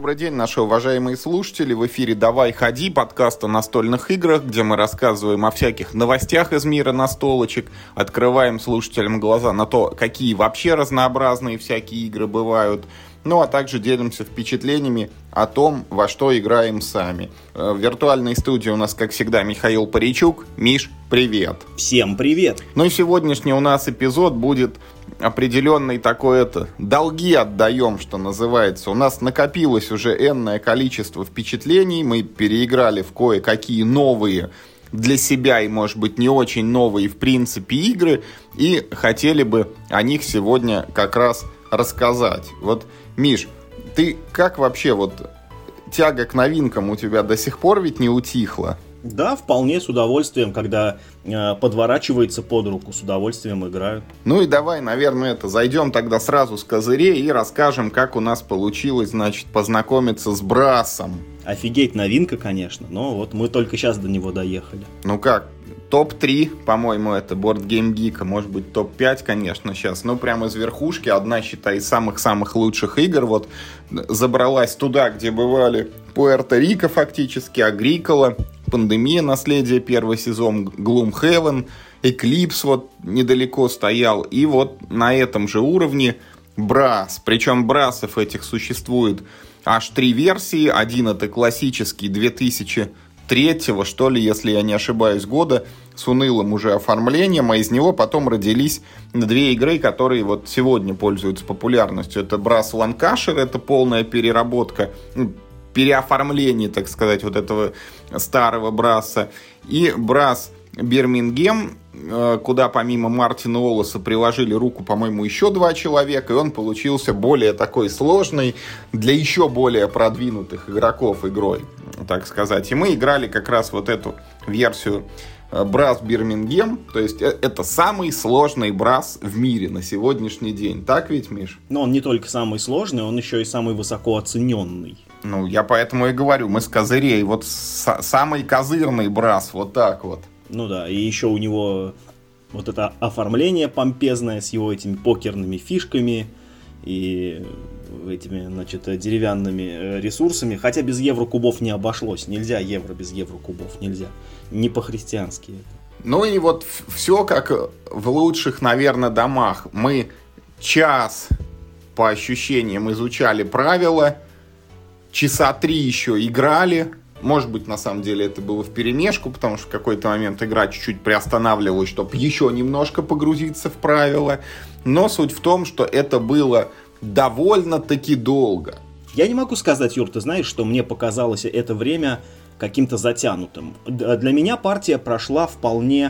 добрый день, наши уважаемые слушатели. В эфире «Давай, ходи», подкаст о настольных играх, где мы рассказываем о всяких новостях из мира настолочек, открываем слушателям глаза на то, какие вообще разнообразные всякие игры бывают, ну а также делимся впечатлениями о том, во что играем сами. В виртуальной студии у нас, как всегда, Михаил Паричук. Миш, привет! Всем привет! Ну и сегодняшний у нас эпизод будет определенный такой долги отдаем, что называется. У нас накопилось уже энное количество впечатлений, мы переиграли в кое-какие новые для себя и, может быть, не очень новые в принципе игры, и хотели бы о них сегодня как раз рассказать. Вот, Миш, ты как вообще, тяга к новинкам у тебя до сих пор ведь не утихла? Да, вполне с удовольствием, когда подворачивается под руку, с удовольствием играю. Ну и давай, наверное, зайдем тогда сразу с козырей и расскажем, как у нас получилось, познакомиться с Брасом. Офигеть, новинка, конечно, но вот мы только сейчас до него доехали. Ну как, топ-3, по-моему, это Board Game Geek, может быть, топ-5, конечно, сейчас. Ну, прямо из верхушки, одна, считай, из самых-самых лучших игр, забралась туда, где бывали Пуэрто-Рико фактически, Агрикола, Пандемия, Наследие, первый сезон, Gloomhaven, Eclipse недалеко стоял, и на этом же уровне Брас. Причем Брасов этих существует аж 3 версии. Один это классический 2003-го, что ли, если я не ошибаюсь, года, с унылым уже оформлением, а из него потом родились 2 игры, которые сегодня пользуются популярностью. Это Брас Ланкашир, это полная переработка, переоформление, так сказать, этого старого Браса, и Брас Бирмингем, куда помимо Мартина Уоллеса приложили руку, по-моему, еще 2 человека, и он получился более такой сложной, для еще более продвинутых игроков игрой, так сказать. И мы играли как раз эту версию Брас Бирмингем, то есть это самый сложный Брас в мире на сегодняшний день. Так ведь, Миш? Но он не только самый сложный, он еще и самый высоко оцененный. Ну, я поэтому и говорю, мы с козырей. Самый козырный Брас, так. Ну да, и еще у него это оформление помпезное с его этими покерными фишками и этими, деревянными ресурсами. Хотя без еврокубов не обошлось. Нельзя евро без еврокубов, нельзя. Не по-христиански это. Ну и все как в лучших, наверное, домах. Мы час, по ощущениям, изучали правила, часа 3 еще играли. Может быть, на самом деле это было вперемешку, потому что в какой-то момент игра чуть-чуть приостанавливалась, чтобы еще немножко погрузиться в правила. Но суть в том, что это было довольно-таки долго. Я не могу сказать, Юр, ты знаешь, что мне показалось это время каким-то затянутым. Для меня партия прошла вполне,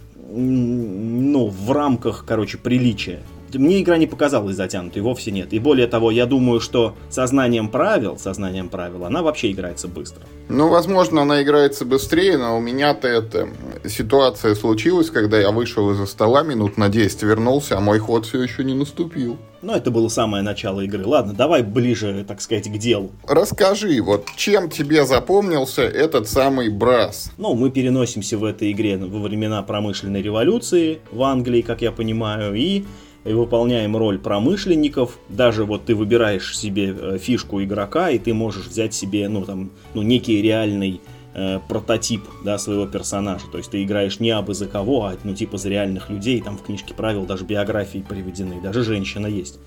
в рамках, приличия. Мне игра не показалась затянутой, вовсе нет. И более того, я думаю, что сознанием правил, она вообще играется быстро. Ну, возможно, она играется быстрее, но у меня-то эта ситуация случилась, когда я вышел из-за стола, минут на 10 вернулся, а мой ход все еще не наступил. Но это было самое начало игры. Ладно, давай ближе, так сказать, к делу. Расскажи, чем тебе запомнился этот самый Брас? Мы переносимся в этой игре во времена промышленной революции в Англии, как я понимаю, и выполняем роль промышленников. Даже ты выбираешь себе фишку игрока, и ты можешь взять себе, некий реальный прототип, своего персонажа. То есть ты играешь не абы за кого, а за реальных людей. Там в книжке правил даже биографии приведены, даже женщина есть.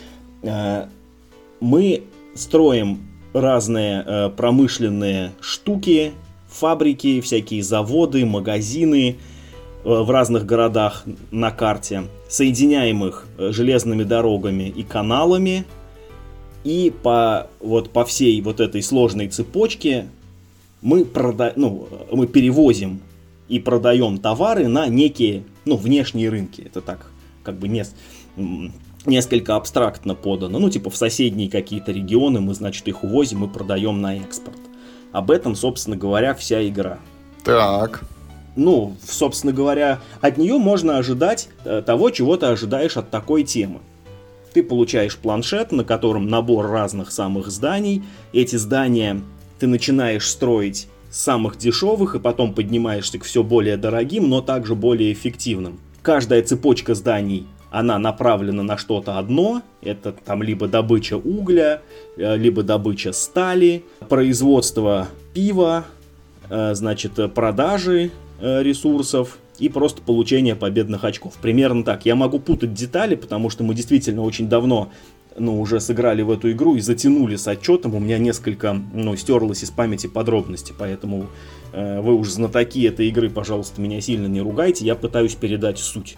Мы строим разные промышленные штуки, фабрики, всякие заводы, магазины в разных городах на карте, соединяем их железными дорогами и каналами, и по всей этой сложной цепочке мы перевозим и продаем товары на некие, внешние рынки. Это так, несколько абстрактно подано. В соседние какие-то регионы мы, их увозим и продаем на экспорт. Об этом, собственно говоря, вся игра. Так. Собственно говоря, от нее можно ожидать того, чего ты ожидаешь от такой темы. Ты получаешь планшет, на котором набор разных самых зданий. Эти здания ты начинаешь строить с самых дешевых и потом поднимаешься к все более дорогим, но также более эффективным. Каждая цепочка зданий она направлена на что-то одно, это там либо добыча угля, либо добыча стали, производство пива, значит, продажи ресурсов и просто получение победных очков. Примерно так. Я могу путать детали, потому что мы действительно очень давно уже сыграли в эту игру и затянули с отчетом. У меня несколько стерлось из памяти подробности, поэтому вы уж знатоки этой игры, пожалуйста, меня сильно не ругайте, я пытаюсь передать суть.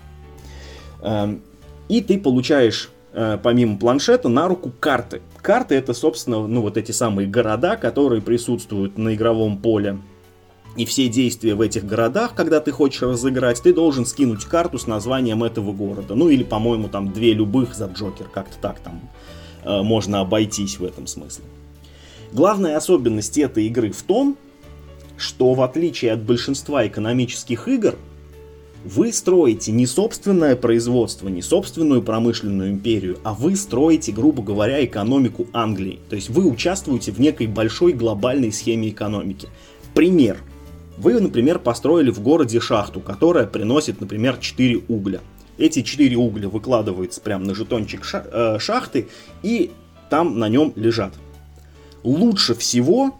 И ты получаешь, помимо планшета, на руку карты. Карты — это, собственно, вот эти самые города, которые присутствуют на игровом поле. И все действия в этих городах, когда ты хочешь разыграть, ты должен скинуть карту с названием этого города. Или, по-моему, там 2 любых за Джокер, как-то так там можно обойтись в этом смысле. Главная особенность этой игры в том, что в отличие от большинства экономических игр, вы строите не собственное производство, не собственную промышленную империю, а вы строите, грубо говоря, экономику Англии. То есть вы участвуете в некой большой глобальной схеме экономики. Пример. Вы, например, построили в городе шахту, которая приносит, например, 4 угля. Эти 4 угля выкладываются прямо на жетончик шахты и там на нем лежат. Лучше всего...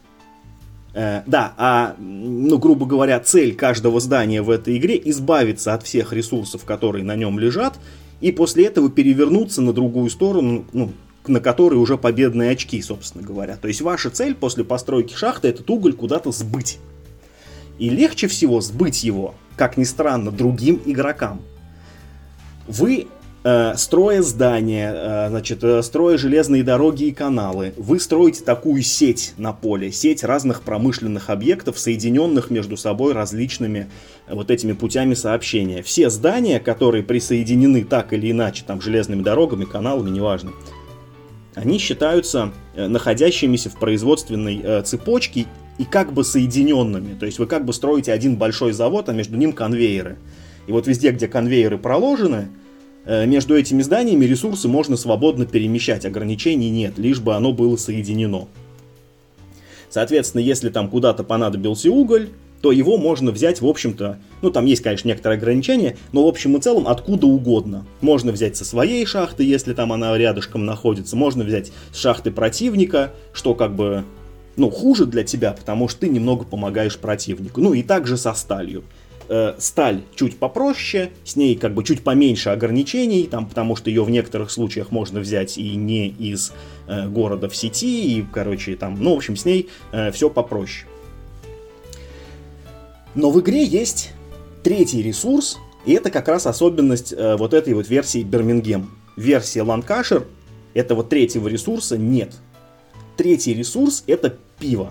грубо говоря, цель каждого здания в этой игре — избавиться от всех ресурсов, которые на нем лежат, и после этого перевернуться на другую сторону, на которой уже победные очки, собственно говоря. То есть ваша цель после постройки шахты — этот уголь куда-то сбыть. И легче всего сбыть его, как ни странно, другим игрокам. Вы, строя здания, строя железные дороги и каналы, вы строите такую сеть на поле, сеть разных промышленных объектов, соединенных между собой различными вот этими путями сообщения. Все здания, которые присоединены так или иначе, там, железными дорогами, каналами, неважно, они считаются находящимися в производственной цепочке и как бы соединенными. То есть вы как бы строите один большой завод, а между ним конвейеры. И вот везде, где конвейеры проложены, между этими зданиями ресурсы можно свободно перемещать, ограничений нет, лишь бы оно было соединено. Соответственно, если там куда-то понадобился уголь, то его можно взять, в общем-то, там есть, конечно, некоторые ограничения, но в общем и целом откуда угодно. Можно взять со своей шахты, если там она рядышком находится, можно взять с шахты противника, что как бы, хуже для тебя, потому что ты немного помогаешь противнику. И также со сталью. Сталь чуть попроще, с ней как бы чуть поменьше ограничений, потому что ее в некоторых случаях можно взять и не из города в сети, и, в общем, с ней все попроще. Но в игре есть третий ресурс, и это как раз особенность вот этой вот версии Бирмингем. Версия Ланкашир этого третьего ресурса нет. Третий ресурс — это пиво.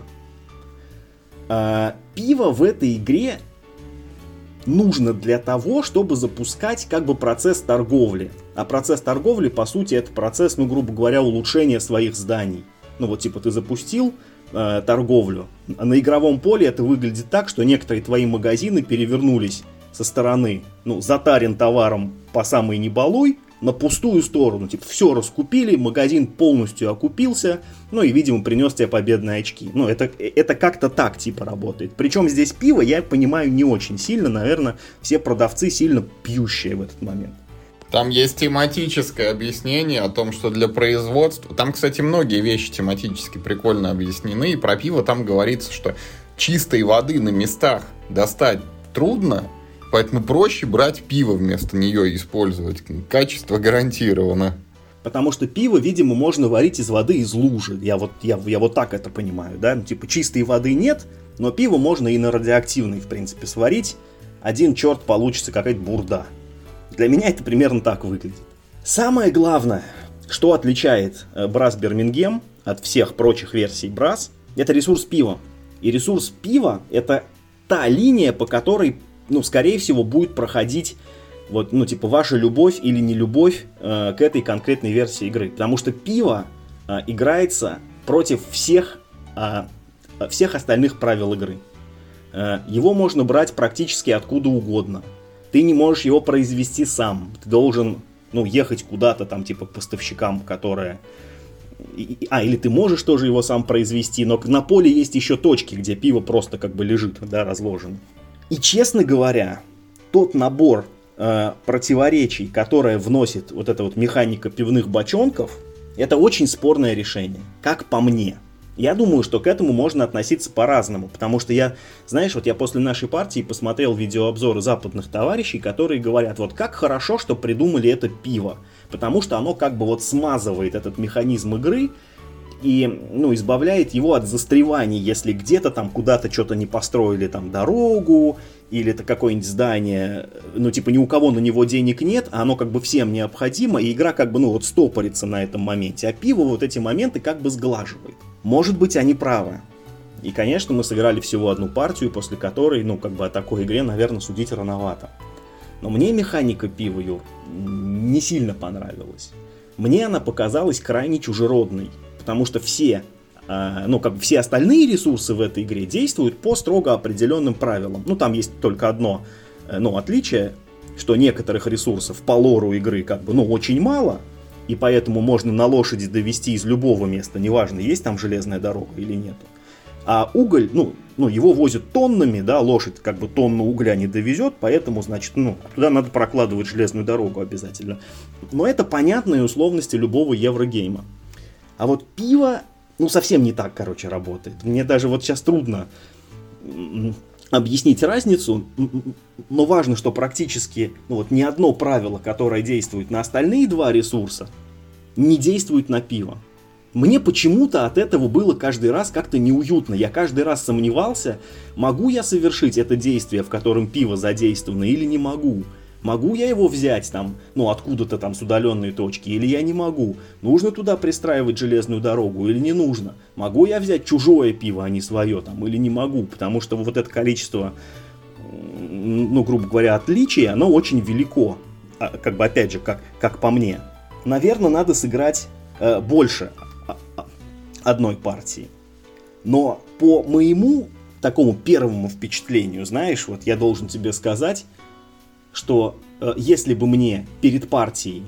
Пиво в этой игре нужно для того, чтобы запускать как бы процесс торговли. А процесс торговли, по сути, это процесс, грубо говоря, улучшения своих зданий. Ты запустил торговлю. А на игровом поле это выглядит так, что некоторые твои магазины перевернулись со стороны, затарен товаром по самой не балуй, на пустую сторону. Все раскупили, магазин полностью окупился, и, видимо, принес тебе победные очки. Это как-то так, работает. Причем здесь пиво, я понимаю, не очень сильно. Наверное, все продавцы сильно пьющие в этот момент. Там есть тематическое объяснение о том, что для производства... Там, кстати, многие вещи тематически прикольно объяснены. И про пиво там говорится, что чистой воды на местах достать трудно, поэтому проще брать пиво вместо нее и использовать. Качество гарантировано. Потому что пиво, видимо, можно варить из воды из лужи. Я вот так это понимаю, да? Чистой воды нет, но пиво можно и на радиоактивной, в принципе, сварить. Один черт, получится какая-то бурда. Для меня это примерно так выглядит. Самое главное, что отличает Brass Birmingham от всех прочих версий Brass, это ресурс пива. И ресурс пива — это та линия, по которой, скорее всего, будет проходить ваша любовь или нелюбовь к этой конкретной версии игры. Потому что пиво играется против всех остальных правил игры. Его можно брать практически откуда угодно. Ты не можешь его произвести сам. Ты должен, ехать куда-то к поставщикам, которые... или ты можешь тоже его сам произвести, но на поле есть еще точки, где пиво просто лежит, разложено. И, честно говоря, тот набор противоречий, которое вносит вот эта вот механика пивных бочонков, это очень спорное решение, как по мне. Я думаю, что к этому можно относиться по-разному, потому что я после нашей партии посмотрел видеообзоры западных товарищей, которые говорят, вот как хорошо, что придумали это пиво, потому что оно как бы вот смазывает этот механизм игры и, избавляет его от застреваний, если где-то там куда-то что-то не построили там дорогу, или это какое-нибудь здание, ни у кого на него денег нет, а оно как бы всем необходимо, и игра как бы, стопорится на этом моменте, а пиво вот эти моменты как бы сглаживает. Может быть, они правы. И, конечно, мы сыграли всего одну партию, после которой, о такой игре, наверное, судить рановато. Но мне механика пива, Юр, не сильно понравилась. Мне она показалась крайне чужеродной, потому что все остальные ресурсы в этой игре действуют по строго определенным правилам. Там есть только одно, отличие, что некоторых ресурсов по лору игры очень мало, и поэтому можно на лошади довести из любого места, неважно, есть там железная дорога или нет. А уголь, его возят тоннами, да, лошадь тонну угля не довезет, поэтому, туда надо прокладывать железную дорогу обязательно. Но это понятные условности любого еврогейма. А вот пиво, совсем не так, работает. Мне даже вот сейчас трудно объяснить разницу, но важно, что практически ни одно правило, которое действует на остальные два ресурса, не действует на пиво. Мне почему-то от этого было каждый раз как-то неуютно. Я каждый раз сомневался, могу я совершить это действие, в котором пиво задействовано, или не могу. Могу я его взять откуда-то там с удаленной точки, или я не могу? Нужно туда пристраивать железную дорогу или не нужно? Могу я взять чужое пиво, а не свое или не могу? Потому что вот это количество, грубо говоря, отличий, оно очень велико. Опять же, как по мне. Наверное, надо сыграть больше одной партии. Но по моему такому первому впечатлению, я должен тебе сказать, что если бы мне перед партией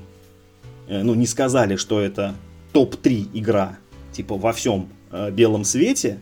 не сказали, что это топ-3 игра во всем белом свете,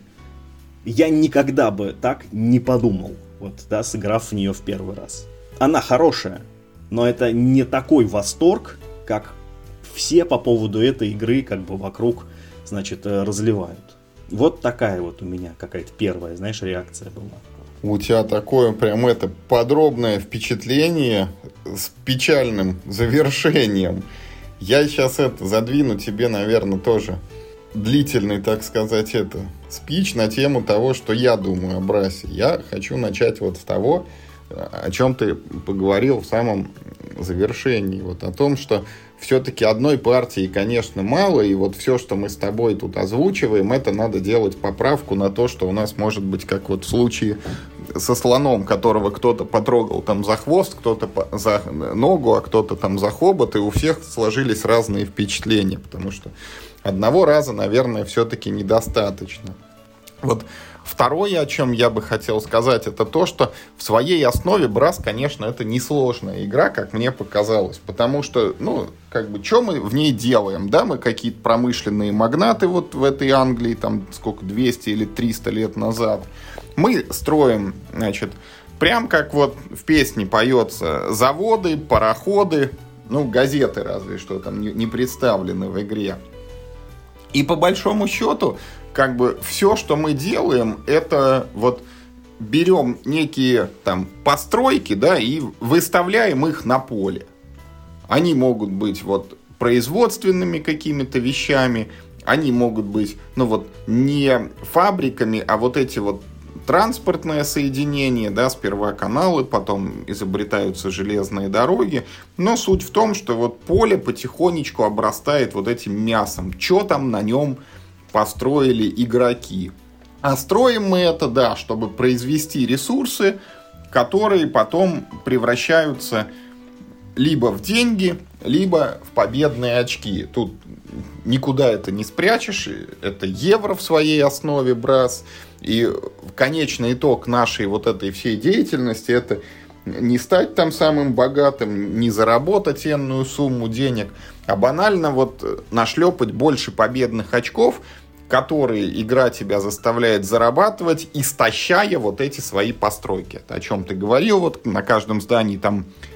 я никогда бы так не подумал, сыграв в нее в первый раз. Она хорошая, но это не такой восторг, как все по поводу этой игры вокруг, разливают. Вот такая вот у меня какая-то первая, реакция была. У тебя такое прям подробное впечатление с печальным завершением. Я сейчас задвину тебе, наверное, тоже длительный, так сказать, спич на тему того, что я думаю о Брасе. Я хочу начать с того, о чем ты поговорил в самом завершении. О том, что все-таки одной партии, конечно, мало, и все, что мы с тобой тут озвучиваем, это надо делать поправку на то, что у нас может быть, как в случае со слоном, которого кто-то потрогал за хвост, кто-то за ногу, а кто-то за хобот, и у всех сложились разные впечатления, потому что одного раза, наверное, все-таки недостаточно. Второе, о чем я бы хотел сказать, это то, что в своей основе Брас, конечно, это несложная игра, как мне показалось. Потому что, что мы в ней делаем? Да, мы какие-то промышленные магнаты в этой Англии, 200 или 300 лет назад. Мы строим, прям как в песне поется, заводы, пароходы, газеты разве что там не представлены в игре. И по большому счету, все, что мы делаем, это берем некие постройки, да, и выставляем их на поле. Они могут быть производственными какими-то вещами, они могут быть, не фабриками, а эти транспортное соединение, да, сперва каналы, потом изобретаются железные дороги. Но суть в том, что поле потихонечку обрастает этим мясом. Что там на нем построили игроки. А строим мы это, да, чтобы произвести ресурсы, которые потом превращаются либо в деньги, либо в победные очки. Тут никуда это не спрячешь. Это евро в своей основе, Брас. И конечный итог нашей этой всей деятельности — это не стать самым богатым, не заработать энную сумму денег, а банально нашлепать больше победных очков, которые игра тебя заставляет зарабатывать, истощая эти свои постройки. Это о чем ты говорил, на каждом здании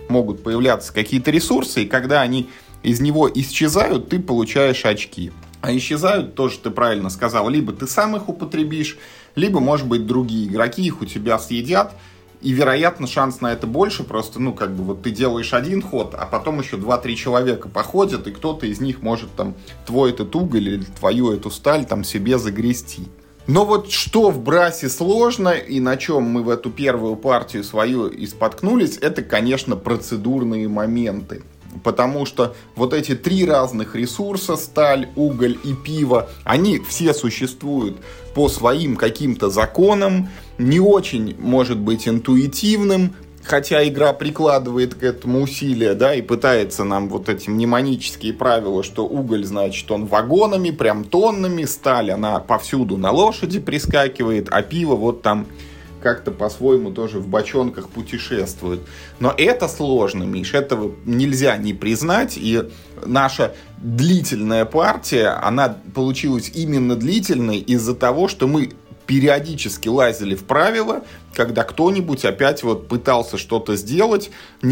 могут появляться какие-то ресурсы, и когда они из него исчезают, ты получаешь очки. А исчезают, тоже ты правильно сказал, либо ты сам их употребишь, либо, может быть, другие игроки их у тебя съедят, и, вероятно, шанс на это больше, просто, вот ты делаешь один ход, а потом еще 2-3 человека походят, и кто-то из них может там твой этот уголь или твою эту сталь там себе загрести. Но вот что в Брасе сложно, и на чем мы в эту первую партию свою и споткнулись, это, конечно, процедурные моменты. Потому что вот эти 3 разных ресурса, сталь, уголь и пиво, они все существуют по своим каким-то законам, не очень, может быть, интуитивным, хотя игра прикладывает к этому усилия, да, и пытается нам вот эти мнемонические правила, что уголь, значит, он вагонами, прям тоннами, сталь, она повсюду на лошади прискакивает, а пиво вот там как-то по-своему тоже в бочонках путешествует. Но это сложно, Миш, этого нельзя не признать, и наша длительная партия, она получилась именно длительной из-за того, что мы периодически лазили в правила, когда кто-нибудь опять вот пытался что-то сделать,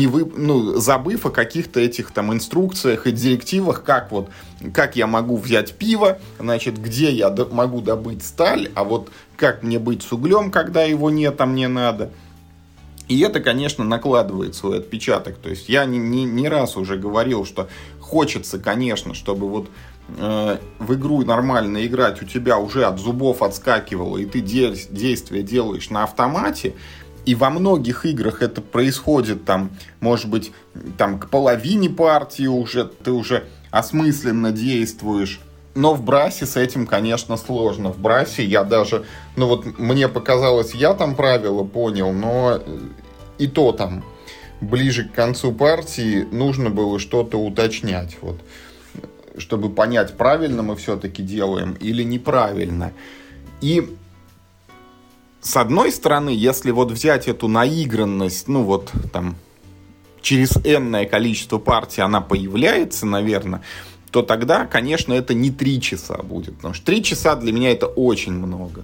забыв о каких-то этих там инструкциях и директивах, как я могу взять пиво, значит, где я могу добыть сталь, а вот как мне быть с углем, когда его нет, а мне надо. И это, конечно, накладывает свой отпечаток. То есть я не раз уже говорил, что хочется, конечно, чтобы вот в игру нормально играть у тебя уже от зубов отскакивало, и ты действия делаешь на автомате. И во многих играх это происходит, там, может быть, там, к половине партии ты уже осмысленно действуешь. Но в Брасе с этим, конечно, сложно. В Брасе я даже, мне показалось, я там правила понял, но и то там ближе к концу партии нужно было что-то уточнять, чтобы понять, правильно мы все-таки делаем или неправильно. И с одной стороны, если взять эту наигранность, через энное количество партий она появляется, наверное, то тогда, конечно, это не 3 часа будет. Потому что 3 часа для меня это очень много.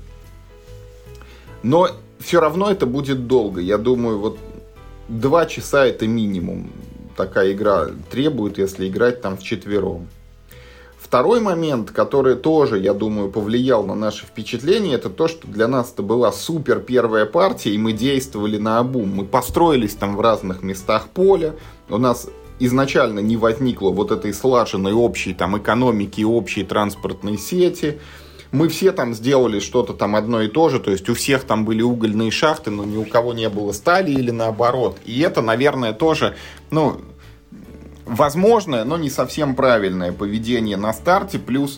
Но все равно это будет долго. Я думаю, 2 часа это минимум такая игра требует, если играть там вчетвером. Второй момент, который тоже, я думаю, повлиял на наши впечатления, это то, что для нас это была супер первая партия, и мы действовали наобум. Мы построились там в разных местах поля, у нас изначально не возникло этой слаженной общей там экономики и общей транспортной сети. Мы все там сделали что-то там одно и то же, то есть у всех там были угольные шахты, но ни у кого не было стали или наоборот. И это, наверное, тоже, возможное, но не совсем правильное поведение на старте, плюс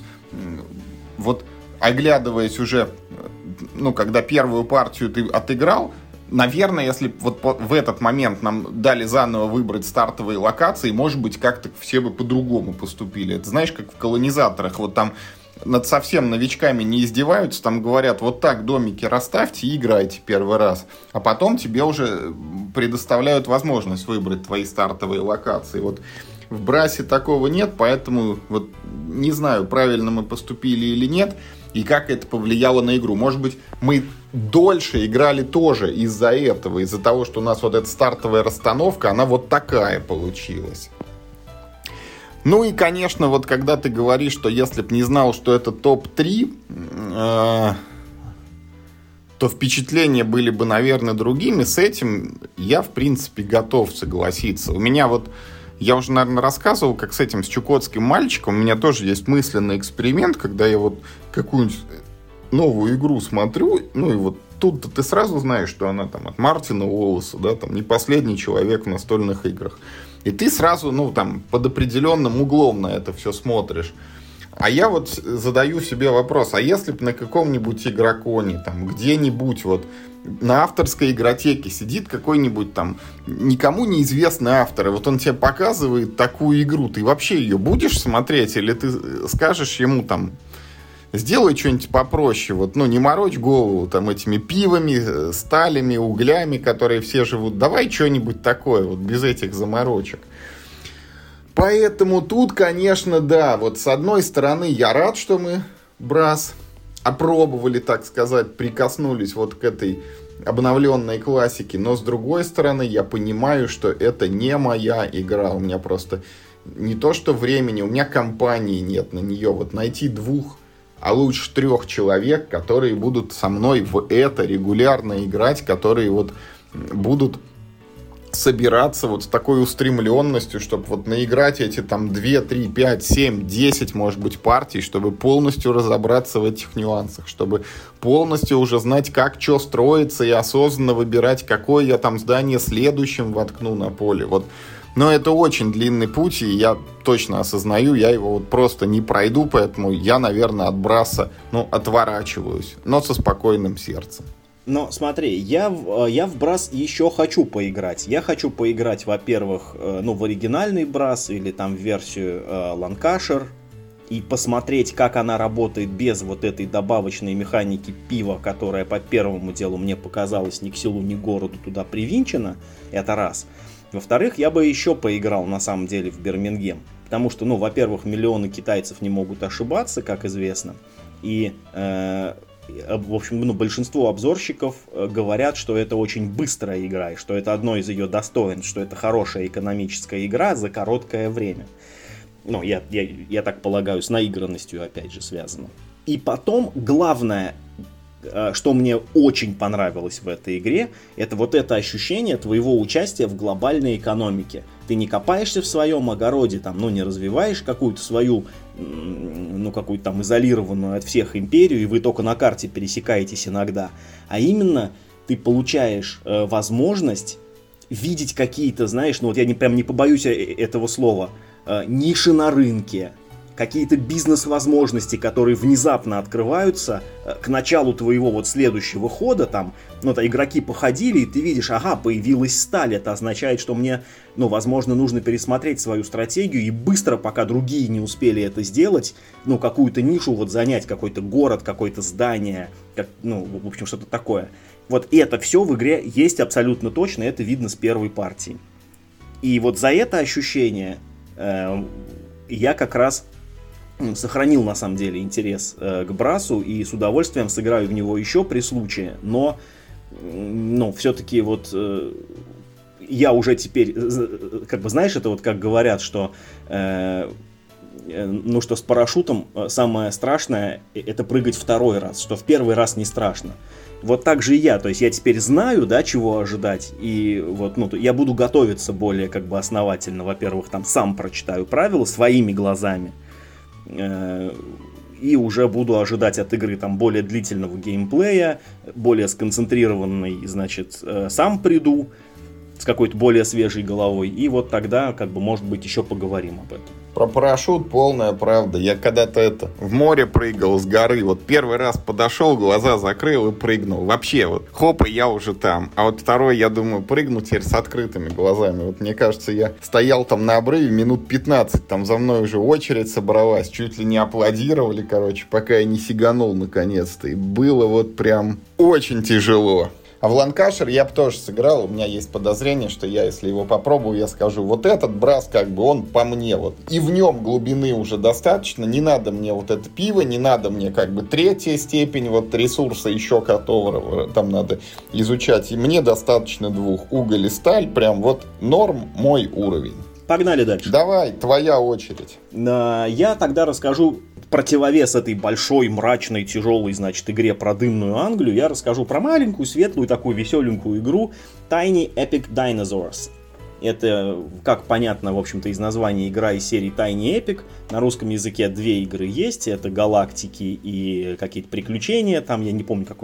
оглядываясь уже, когда первую партию ты отыграл, наверное, если в этот момент нам дали заново выбрать стартовые локации, может быть, как-то все бы по-другому поступили. Это знаешь, как в колонизаторах, там над совсем новичками не издеваются, там говорят, так домики расставьте и играйте первый раз, а потом тебе уже предоставляют возможность выбрать твои стартовые локации. В Брасе такого нет, поэтому не знаю, правильно мы поступили или нет, и как это повлияло на игру. Может быть, мы дольше играли тоже из-за этого, из-за того, что у нас эта стартовая расстановка, она такая получилась. И, конечно, когда ты говоришь, что если бы не знал, что это топ-3, то впечатления были бы, наверное, другими. С этим я, в принципе, готов согласиться. У меня я уже, наверное, рассказывал, как с чукотским мальчиком. У меня тоже есть мысленный эксперимент, когда я какую-нибудь новую игру смотрю, и тут-то ты сразу знаешь, что она там от Мартина Уоллеса, да, там не последний человек в настольных играх. И ты сразу, под определенным углом на это все смотришь. А я задаю себе вопрос, а если бы на каком-нибудь игроконе, там, где-нибудь на авторской игротеке сидит какой-нибудь там никому неизвестный автор, и он тебе показывает такую игру, ты вообще ее будешь смотреть, или ты скажешь ему там, сделай что-нибудь попроще, не морочь голову там этими пивами, сталями, углями, которые все живут, давай что-нибудь такое, без этих заморочек. Поэтому тут, конечно, да, с одной стороны, я рад, что мы Брас опробовали, так сказать, прикоснулись к этой обновленной классики, но с другой стороны я понимаю, что это не моя игра, у меня просто не то что времени, у меня компании нет на нее, вот найти 2, а лучше 3 человек, которые будут со мной в это регулярно играть, которые вот будут собираться вот с такой устремленностью, чтобы вот наиграть эти там 2, 3, 5, 7, 10, может быть, партий, чтобы полностью разобраться в этих нюансах, чтобы полностью уже знать, как что строится, и осознанно выбирать, какое я там здание следующим воткну на поле. Вот. Но это очень длинный путь, и я точно осознаю, я его вот просто не пройду, поэтому я, наверное, от Браса, отворачиваюсь, но со спокойным сердцем. Но смотри, я в Брас еще хочу поиграть. Я хочу поиграть, во-первых, в оригинальный Брас или там в версию Lancashire и посмотреть, как она работает без вот этой добавочной механики пива, которая по первому делу мне показалась ни к селу, ни к городу туда привинчена. Это раз. Во-вторых, я бы еще поиграл на самом деле в Бирмингем. Потому что, во-первых, миллионы китайцев не могут ошибаться, как известно. И... в общем, большинство обзорщиков говорят, что это очень быстрая игра, и что это одно из ее достоинств, что это хорошая экономическая игра за короткое время. Я так полагаю, с наигранностью, опять же, связано. И потом, главное, что мне очень понравилось в этой игре, это вот это ощущение твоего участия в глобальной экономике. Ты не копаешься в своем огороде, не развиваешь какую-то свою, какую-то там изолированную от всех империю, и вы только на карте пересекаетесь иногда. А именно ты получаешь возможность видеть какие-то, знаешь, я прям не побоюсь этого слова, ниши на рынке, какие-то бизнес-возможности, которые внезапно открываются к началу твоего следующего хода, игроки походили, и ты видишь, появилась сталь, это означает, что мне, возможно, нужно пересмотреть свою стратегию и быстро, пока другие не успели это сделать, какую-то нишу занять, какой-то город, какое-то здание, в общем, что-то такое. Вот это все в игре есть абсолютно точно, это видно с первой партии. И вот за это ощущение я как раз сохранил, на самом деле, интерес к Брасу и с удовольствием сыграю в него еще при случае, но все-таки я уже теперь, знаешь, это как говорят, что что с парашютом самое страшное это прыгать второй раз, что в первый раз не страшно. Вот так же и я, то есть я теперь знаю, чего ожидать, и я буду готовиться более основательно, во-первых, сам прочитаю правила своими глазами, и уже буду ожидать от игры более длительного геймплея, более сконцентрированный, сам приду с какой-то более свежей головой, и вот тогда, может быть, еще поговорим об этом. Про парашют полная правда. Я когда-то в море прыгал с горы. Первый раз подошел, глаза закрыл и прыгнул. Вообще, хоп, и я уже там. А второй, я думаю, прыгну теперь с открытыми глазами. Мне кажется, я стоял на обрыве минут 15. За мной уже очередь собралась. Чуть ли не аплодировали, пока я не сиганул наконец-то. И было прям очень тяжело. А в Lancashire я бы тоже сыграл. У меня есть подозрение, что если его попробую, я скажу, этот Брас, он по мне. И в нем глубины уже достаточно. Не надо мне это пиво, не надо мне третья степень ресурса еще которого там надо изучать. И мне достаточно 2. Уголь и сталь. Прям норм мой уровень. Погнали дальше. Давай, твоя очередь. Я тогда расскажу противовес этой большой, мрачной, тяжелой, игре про дымную Англию. Я расскажу про маленькую, светлую, такую веселенькую игру Tiny Epic Dinosaurs. Это, как понятно, в общем-то, из названия игра из серии Tiny Epic. На русском языке 2 игры есть. Это галактики и какие-то приключения. Там, я не помню,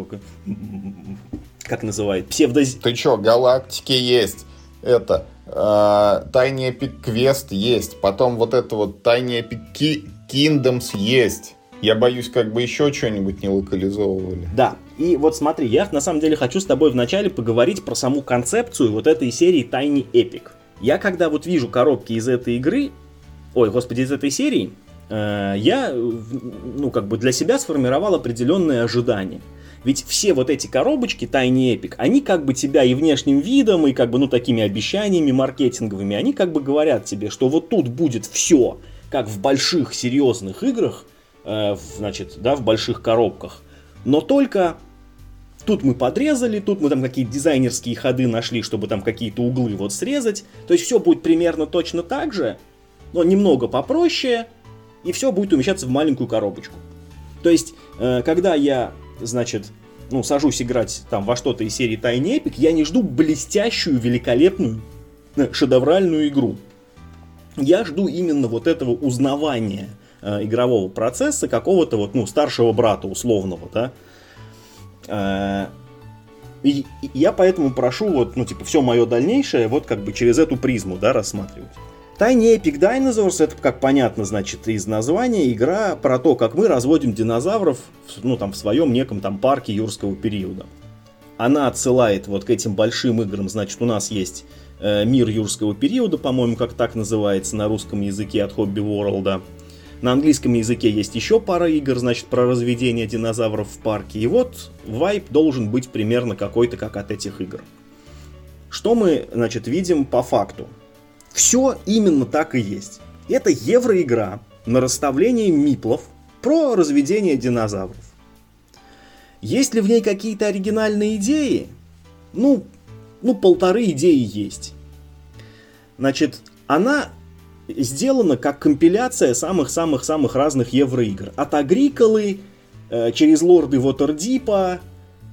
как называют, Ты чё, галактики есть. Это Tiny Epic Quest есть. Потом Tiny Epic Kingdoms есть. Я боюсь, еще что-нибудь не локализовывали. Да, и смотри, я на самом деле хочу с тобой вначале поговорить про саму концепцию этой серии Tiny Epic. Я когда вижу коробки из этой игры, из этой серии, я, для себя сформировал определенные ожидания. Ведь все эти коробочки Tiny Epic, они тебя и внешним видом, и такими обещаниями маркетинговыми, они говорят тебе, что тут будет все, как в больших серьезных играх, в больших коробках, но только тут мы подрезали, тут мы там какие-то дизайнерские ходы нашли, чтобы там какие-то углы вот срезать. То есть все будет примерно точно так же, но немного попроще, и все будет умещаться в маленькую коробочку. То есть, когда я, значит, сажусь играть там во что-то из серии Tiny Epic, я не жду блестящую, великолепную, шедевральную игру. Я жду именно вот этого узнавания игрового процесса какого-то вот, старшего брата условного, да. И я поэтому прошу вот, все мое дальнейшее вот как бы через эту призму, да, рассматривать. Tiny Epic Dinosaurs — это, как понятно, значит, из названия, игра про то, как мы разводим динозавров, в своем неком там парке юрского периода. Она отсылает вот к этим большим играм, значит, у нас есть мир юрского периода, по-моему, как так называется на русском языке от Hobby World. На английском языке есть еще пара игр, значит, про разведение динозавров в парке. И вот вайб должен быть примерно какой-то, как от этих игр. Что мы, значит, видим по факту? Все именно так и есть. Это евроигра на расставление миплов про разведение динозавров. Есть ли в ней какие-то оригинальные идеи? Полторы идеи есть. Значит, она сделана как компиляция самых-самых-самых разных евроигр. От Агриколы, через Лорды Waterdeep'а,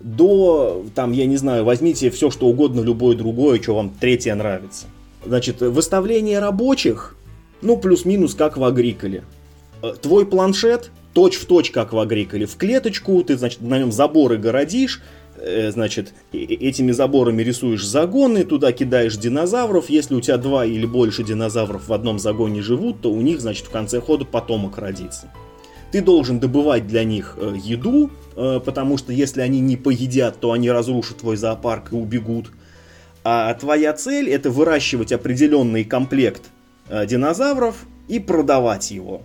до, я не знаю, возьмите все, что угодно, любое другое, что вам третье нравится. Значит, выставление рабочих, плюс-минус как в Агриколе. Твой планшет точь-в-точь как в Агриколе. В клеточку, ты, значит, на нем заборы городишь, значит, этими заборами рисуешь загоны, туда кидаешь динозавров. Если у тебя 2 или больше динозавров в одном загоне живут, то у них, значит, в конце хода потомок родится. Ты должен добывать для них еду, потому что если они не поедят, то они разрушат твой зоопарк и убегут. А твоя цель — это выращивать определенный комплект динозавров и продавать его.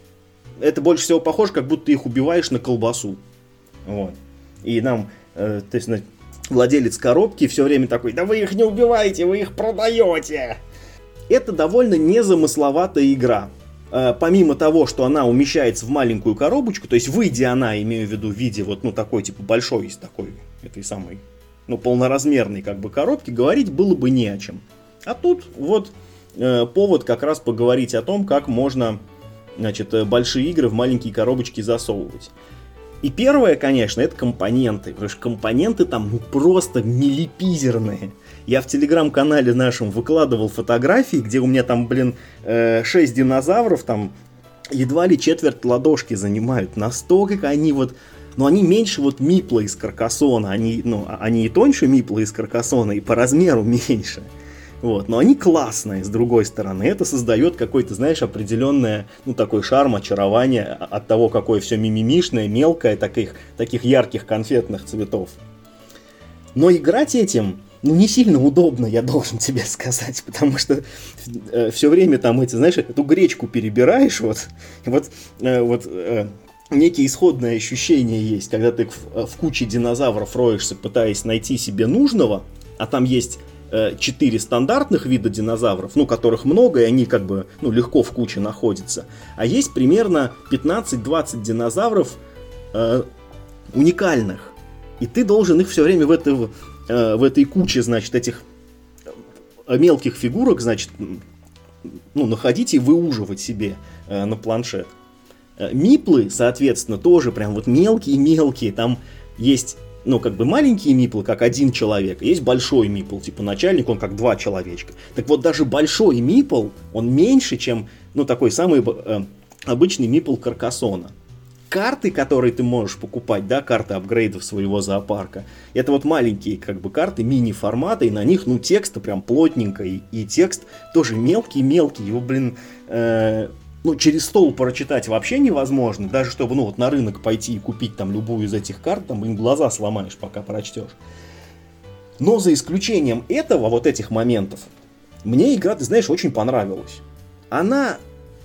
Это больше всего похоже, как будто ты их убиваешь на колбасу. Вот. И нам, то есть, владелец коробки все время такой: да вы их не убиваете, вы их продаете. Это довольно незамысловатая игра. Помимо того, что она умещается в маленькую коробочку, то есть выйдя она, имею в виду в виде вот, такой, типа, большой, из такой, этой самой, полноразмерной, как бы, коробки, говорить было бы не о чем. А тут вот повод как раз поговорить о том, как можно, значит, большие игры в маленькие коробочки засовывать. И первое, конечно, это компоненты, потому что компоненты там просто милипизерные. Я в телеграм-канале нашем выкладывал фотографии, где у меня там, 6 динозавров, там едва ли четверть ладошки занимают. Настолько они вот... они меньше вот мипла из Каркассона, они и тоньше мипла из Каркассона, и по размеру меньше. Вот, но они классные, с другой стороны. Это создает какой-то, знаешь, определенное, такой шарм, очарование от того, какое все мимимишное, мелкое, таких ярких конфетных цветов. Но играть этим, не сильно удобно, я должен тебе сказать, потому что все время там эту гречку перебираешь, некие исходные ощущения есть, когда ты в куче динозавров роешься, пытаясь найти себе нужного, а там есть 4 стандартных вида динозавров, которых много, и они как бы легко в куче находятся. А есть примерно 15-20 динозавров уникальных. И ты должен их все время в этой куче, значит, этих мелких фигурок, значит, находить и выуживать себе на планшет. Миплы, соответственно, тоже прям вот мелкие-мелкие. Там есть, маленькие миплы, как один человек. Есть большой мипл, типа начальник, он как 2 человечка. Так вот, даже большой мипл, он меньше, чем, такой самый обычный мипл Каркассона. Карты, которые ты можешь покупать, да, карты апгрейдов своего зоопарка, это вот маленькие, карты мини-формата, и на них, текста прям плотненько, и текст тоже мелкий-мелкий, его, через стол прочитать вообще невозможно, даже чтобы, на рынок пойти и купить там любую из этих карт, там, глаза сломаешь, пока прочтешь. Но за исключением этого, этих моментов, мне игра, ты знаешь, очень понравилась. Она,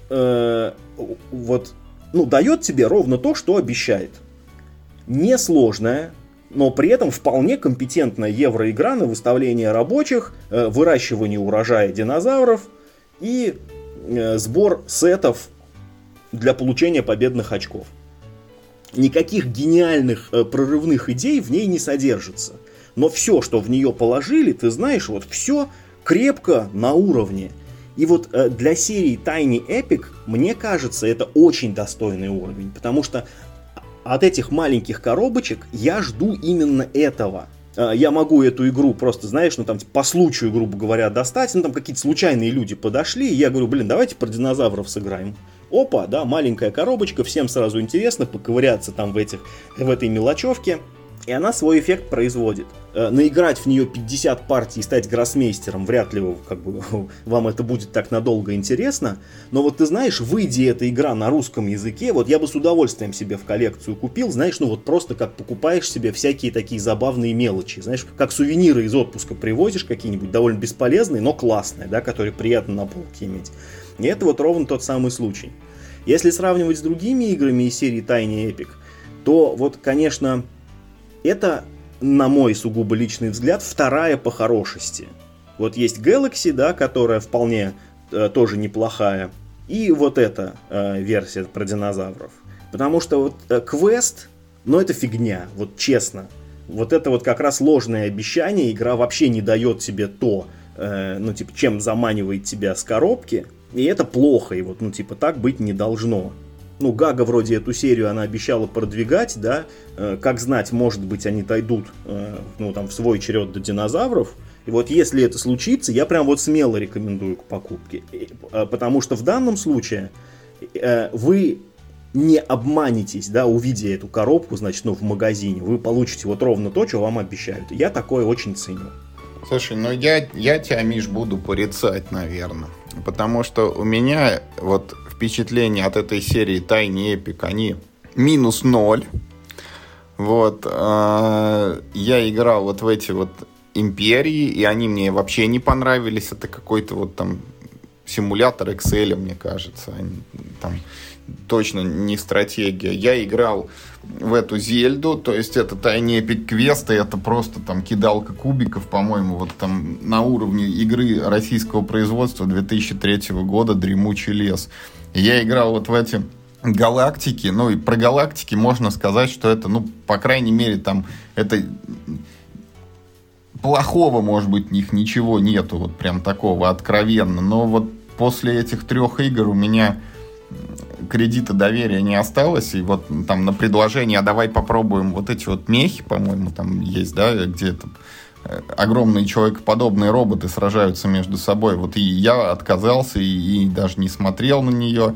дает тебе ровно то, что обещает. Несложная, но при этом вполне компетентная евроигра на выставление рабочих, выращивание урожая динозавров и сбор сетов для получения победных очков. никаких гениальных прорывных идей в ней не содержится. Но все, что в нее положили, ты знаешь, вот все крепко на уровне. И вот для серии Tiny Epic, мне кажется, это очень достойный уровень, потому что от этих маленьких коробочек я жду именно этого. Я могу эту игру просто, знаешь, ну там по случаю, грубо говоря, достать, ну там какие-то случайные люди подошли, и я говорю, блин, давайте про динозавров сыграем. Опа, да, маленькая коробочка, всем сразу интересно поковыряться там в этой мелочевке. И она свой эффект производит. Наиграть в нее 50 партий и стать гроссмейстером, вряд ли вам это будет так надолго интересно. Но вот ты знаешь, выйдя эта игра на русском языке, вот я бы с удовольствием себе в коллекцию купил, знаешь, ну вот просто как покупаешь себе всякие такие забавные мелочи. Знаешь, как сувениры из отпуска привозишь какие-нибудь довольно бесполезные, но классные, да, которые приятно на полке иметь. И это вот ровно тот самый случай. Если сравнивать с другими играми из серии Tiny Epic, то вот, конечно... Это, на мой сугубо личный взгляд, вторая по хорошести. Вот есть Galaxy, да, которая вполне тоже неплохая. И вот эта версия про динозавров. Потому что вот Quest, ну это фигня, вот честно. Вот это вот как раз ложное обещание. Игра вообще не дает тебе то, ну типа, чем заманивает тебя с коробки. И это плохо, и вот, ну типа, так быть не должно. Ну, Гага вроде эту серию она обещала продвигать, да, как знать, может быть, они дойдут, ну, там, в свой черед до динозавров, и вот если это случится, я прям вот смело рекомендую к покупке, потому что в данном случае вы не обманетесь, да, увидя эту коробку, значит, ну, в магазине, вы получите вот ровно то, что вам обещают, я такое очень ценю. Слушай, ну я тебя, Миш, буду порицать, наверное, потому что у меня вот впечатления от этой серии Tiny Epic, они -0. Вот. Я играл вот в эти вот империи, и они мне вообще не понравились. Это какой-то вот там симулятор Excel, мне кажется. Там точно не стратегия. Я играл в эту Зельду, то есть это Tiny Epic Quest, и это просто там кидалка кубиков, по-моему, вот там на уровне игры российского производства 2003 года «Дремучий лес». Я играл вот в эти галактики, ну и про галактики можно сказать, что это, ну, по крайней мере, там, это плохого, может быть, в них ничего нету, вот прям такого откровенно, но вот после этих 3 игр у меня кредита доверия не осталось, и вот там на предложение, а давай попробуем вот эти вот мехи, по-моему, там есть, да, где там огромные человекоподобные роботы сражаются между собой. Вот и я отказался и даже не смотрел на нее.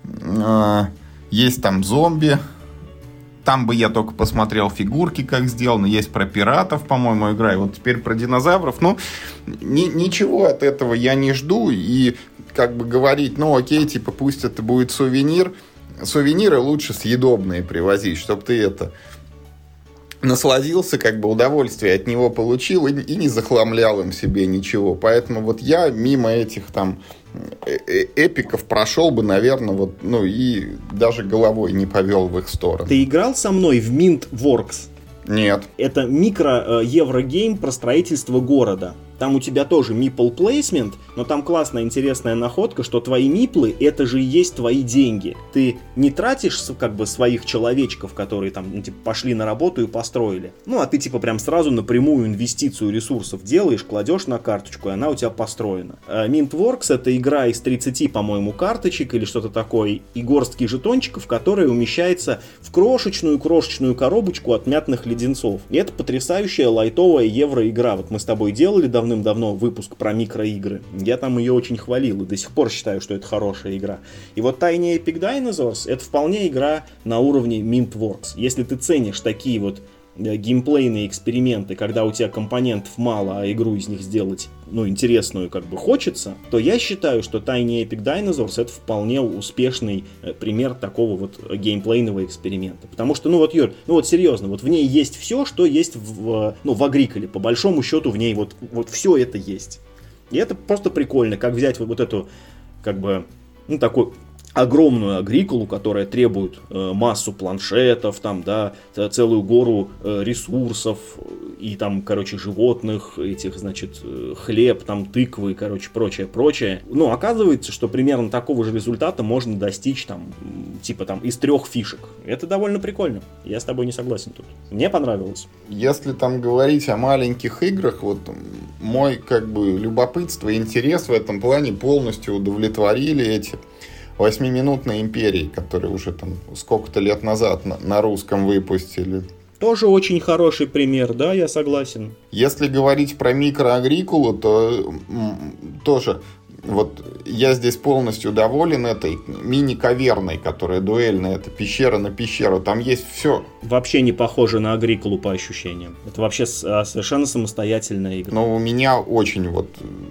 Есть там зомби. Там бы я только посмотрел фигурки, как сделано. Есть про пиратов, по-моему, игра. И вот теперь про динозавров. Ну, ничего от этого я не жду. И как бы говорить, ну окей, типа пусть это будет сувенир. Сувениры лучше съедобные привозить, чтобы ты это... насладился, как бы удовольствие от него получил и не захламлял им себе ничего. Поэтому вот я мимо этих там эпиков прошел бы, наверное, вот, ну и даже головой не повел в их сторону. Ты играл со мной в MintWorks? Нет. Это микро-еврогейм про строительство города. Там у тебя тоже meeple placement, но там классная, интересная находка, что твои миплы — это же и есть твои деньги. Ты не тратишь как бы своих человечков, которые там, ну, типа, пошли на работу и построили. Ну, а ты типа прям сразу напрямую инвестицию ресурсов делаешь, кладешь на карточку, и она у тебя построена. MintWorks — это игра из 30, по-моему, карточек или что-то такое, и горстки жетончиков, которые умещается в крошечную коробочку от мятных леденцов. И это потрясающая лайтовая евроигра. Вот мы с тобой делали давным-давно выпуск про микроигры. Я там ее очень хвалил и до сих пор считаю, что это хорошая игра. И вот Tiny Epic Dinosaurs — это вполне игра на уровне MintWorks. Если ты ценишь такие вот геймплейные эксперименты, когда у тебя компонентов мало, а игру из них сделать, ну, интересную как бы хочется, то я считаю, что Tiny Epic Dinosaurs — это вполне успешный пример такого вот геймплейного эксперимента. Потому что, ну вот, Юр, ну вот серьезно, вот в ней есть все, что есть в Агриколе. По большому счету в ней вот все это есть. И это просто прикольно, как взять вот эту, как бы, ну, такой огромную агрикулу, которая требует массу планшетов, там, да, целую гору ресурсов и там, короче, животных, этих, значит, хлеб, там, тыквы, короче, прочее. Ну, оказывается, что примерно такого же результата можно достичь, там, типа, там, из 3 фишек. Это довольно прикольно. Я с тобой не согласен тут. Мне понравилось. Если там говорить о маленьких играх, вот мой, как бы, любопытство и интерес в этом плане полностью удовлетворили эти 8-минутные империи, которые уже там сколько-то лет назад на русском выпустили. Тоже очень хороший пример, да, я согласен. Если говорить про микроагрикулу, то тоже вот я здесь полностью доволен этой мини-каверной, которая дуэльная, это пещера на пещеру, там есть все. Вообще не похоже на агрикулу по ощущениям. Это вообще совершенно самостоятельная игра. Но у меня очень вот...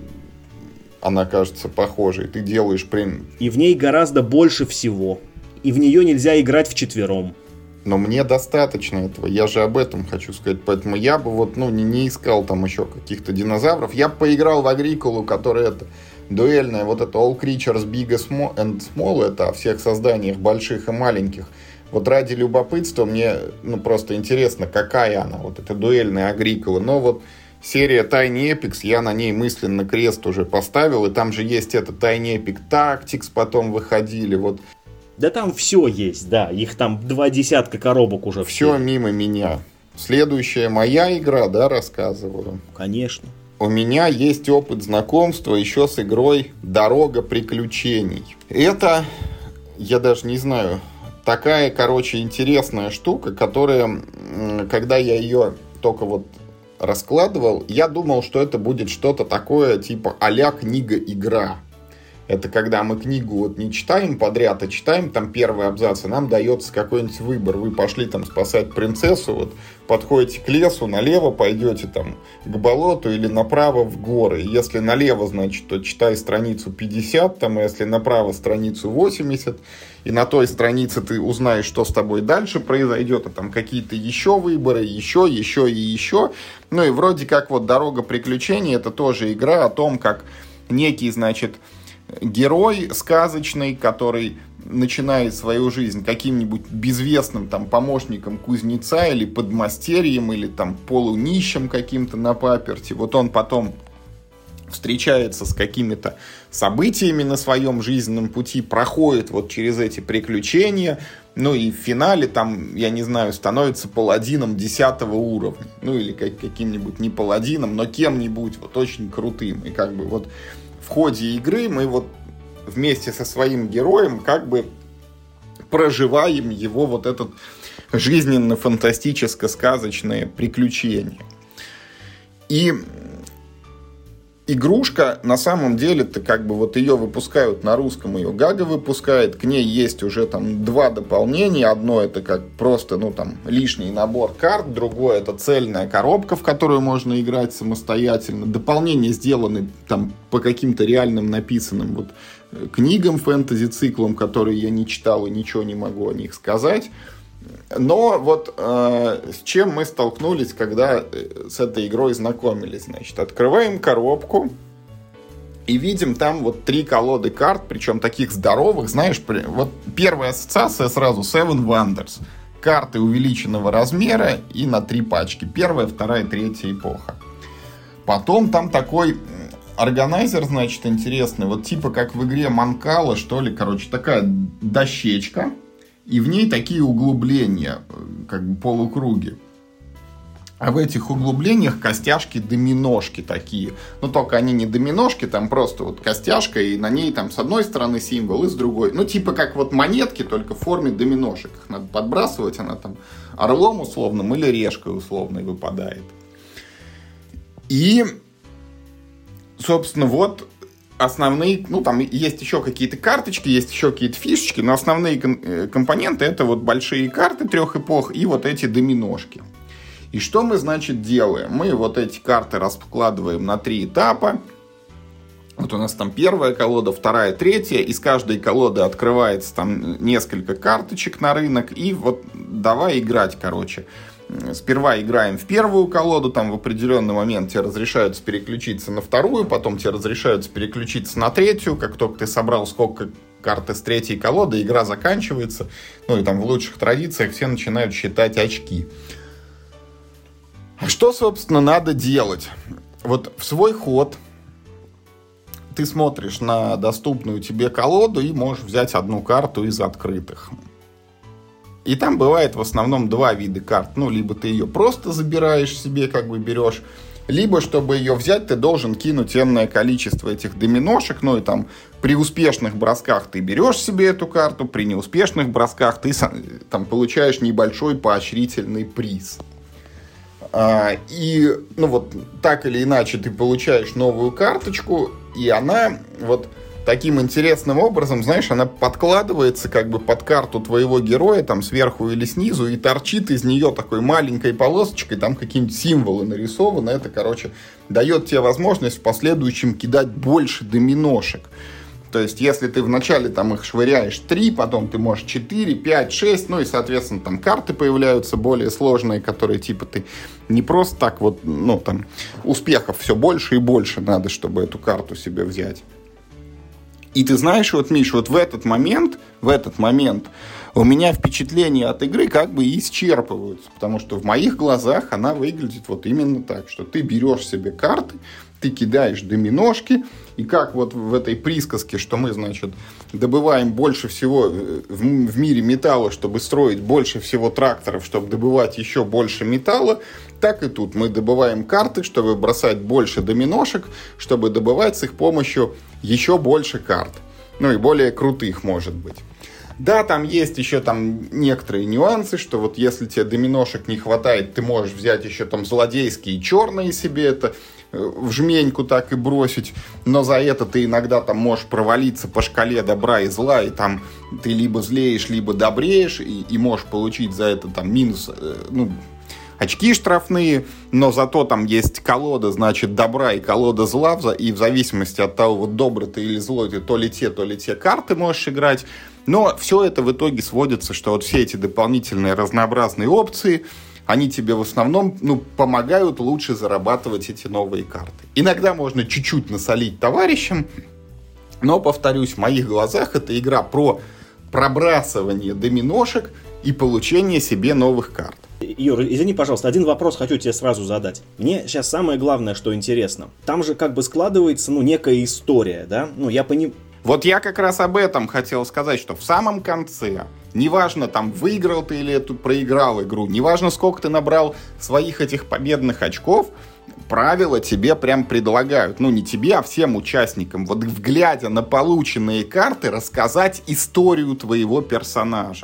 она кажется похожей. Ты делаешь И в ней гораздо больше всего. И в нее нельзя играть вчетвером. Но мне достаточно этого. Я же об этом хочу сказать. Поэтому я бы вот, ну, не искал там еще каких-то динозавров. Я бы поиграл в Агрикулу, которая это дуэльная. Вот это All Creatures Big and Small. Это о всех созданиях больших и маленьких. Вот ради любопытства мне, ну, просто интересно, какая она. Вот эта дуэльная Агрикула. Но вот серия Tiny Epics, я на ней мысленно крест уже поставил, и там же есть это Tiny Epic Tactics, потом выходили, вот. Да там все есть, да, их там 20 коробок уже. Все мимо меня. Следующая моя игра, да, рассказываю? Конечно. У меня есть опыт знакомства еще с игрой «Дорога приключений». Это, я даже не знаю, такая, короче, интересная штука, которая, когда я ее только вот раскладывал, я думал, что это будет что-то такое, типа а-ля книга-игра. Это когда мы книгу вот не читаем подряд, а читаем там первый абзац, и нам дается какой-нибудь выбор. Вы пошли там спасать принцессу, вот подходите к лесу, налево пойдете там к болоту или направо в горы. Если налево, значит, то читай страницу 50, там, а если направо страницу 80, и на той странице ты узнаешь, что с тобой дальше произойдет, а там какие-то еще выборы, еще и еще. Ну и вроде как вот «Дорога приключений» — это тоже игра о том, как некий, значит, герой сказочный, который начинает свою жизнь каким-нибудь безвестным там помощником кузнеца или подмастерьем, или там полунищим каким-то на паперти. Вот он потом встречается с какими-то событиями на своем жизненном пути, проходит вот через эти приключения, ну и в финале там, я не знаю, становится паладином 10 уровня. Ну или каким-нибудь не паладином, но кем-нибудь вот очень крутым. И как бы вот в ходе игры мы вот вместе со своим героем как бы проживаем его вот этот жизненно-фантастическо-сказочное приключение. И игрушка, на самом деле-то как бы вот ее выпускают на русском, ее Гага выпускает, к ней есть уже там 2 дополнения. Одно это как просто, ну там, лишний набор карт, другое это цельная коробка, в которую можно играть самостоятельно. Дополнения сделаны там по каким-то реальным написанным вот книгам, фэнтези-циклам, которые я не читал и ничего не могу о них сказать. Но вот с чем мы столкнулись, когда с этой игрой знакомились. Значит, открываем коробку и видим там вот 3 колоды карт, причем таких здоровых, знаешь, вот первая ассоциация сразу Seven Wonders. Карты увеличенного размера и на 3 пачки. Первая, вторая, третья эпоха. Потом там такой органайзер, значит, интересный, вот типа как в игре Манкала, что ли, короче, такая дощечка. И в ней такие углубления, как бы полукруги. А в этих углублениях костяшки-доминошки такие. Но только они не доминошки, там просто вот костяшка, и на ней там с одной стороны символ, и с другой. Ну, типа как вот монетки, только в форме доминошек. Их надо подбрасывать, она там орлом условным или решкой условной выпадает. И, собственно, вот основные, ну, там есть еще какие-то карточки, есть еще какие-то фишечки, но основные компоненты это вот большие карты 3 эпох и вот эти доминошки. И что мы, значит, делаем? Мы вот эти карты раскладываем на 3 этапа. Вот у нас там первая колода, вторая, третья. Из каждой колоды открывается там несколько карточек на рынок. И вот давай играть, короче. Сперва играем в первую колоду, там в определенный момент тебе разрешаются переключиться на вторую, потом тебе разрешаются переключиться на третью, как только ты собрал карты с третьей колоды, игра заканчивается, ну и там в лучших традициях все начинают считать очки. А что, собственно, надо делать? Вот в свой ход ты смотришь на доступную тебе колоду и можешь взять одну карту из открытых. И там бывает в основном два вида карт. Ну, либо ты ее просто забираешь себе, как бы берешь, либо, чтобы ее взять, ты должен кинуть энное количество этих доминошек. Ну, и там при успешных бросках ты берешь себе эту карту, при неуспешных бросках ты там получаешь небольшой поощрительный приз. И, ну, вот так или иначе ты получаешь новую карточку, и она вот таким интересным образом, знаешь, она подкладывается как бы под карту твоего героя, там сверху или снизу, и торчит из нее такой маленькой полосочкой, там какие-нибудь символы нарисованы. Это, короче, дает тебе возможность в последующем кидать больше доминошек. То есть, если ты вначале там их швыряешь 3, потом ты можешь 4, 5, 6, ну и, соответственно, там карты появляются более сложные, которые типа ты не просто так вот, ну там, успехов все больше и больше надо, чтобы эту карту себе взять. И ты знаешь, вот, Миш, вот в этот момент у меня впечатления от игры как бы исчерпываются, потому что в моих глазах она выглядит вот именно так, что ты берешь себе карты, ты кидаешь доминошки, и как вот в этой присказке, что мы, значит, добываем больше всего в мире металла, чтобы строить больше всего тракторов, чтобы добывать еще больше металла, так и тут мы добываем карты, чтобы бросать больше доминошек, чтобы добывать с их помощью еще больше карт. Ну и более крутых, может быть. Да, там есть еще там некоторые нюансы, что вот если тебе доминошек не хватает, ты можешь взять еще там злодейские черные себе это в жменьку так и бросить, но за это ты иногда там можешь провалиться по шкале добра и зла, и там ты либо злеешь, либо добреешь, и можешь получить за это там минус, очки штрафные, но зато там есть колода, значит, добра и колода зла, и в зависимости от того, вот добрый ты или злой ты, то ли те карты можешь играть. Но все это в итоге сводится, что вот все эти дополнительные разнообразные опции, они тебе в основном, помогают лучше зарабатывать эти новые карты. Иногда можно чуть-чуть насолить товарищам, но, повторюсь, в моих глазах это игра про пробрасывание доминошек и получение себе новых карт. Юр, извини, пожалуйста, один вопрос хочу тебе сразу задать. Мне сейчас самое главное, что интересно. Там же как бы складывается, некая история, да? Я понимаю. Вот я как раз об этом хотел сказать, что в самом конце, неважно, там, выиграл ты или проиграл игру, неважно, сколько ты набрал своих этих победных очков, правила тебе прям предлагают, не тебе, а всем участникам, вот глядя на полученные карты, рассказать историю твоего персонажа.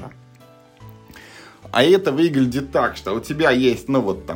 А это выглядит так, что у тебя есть,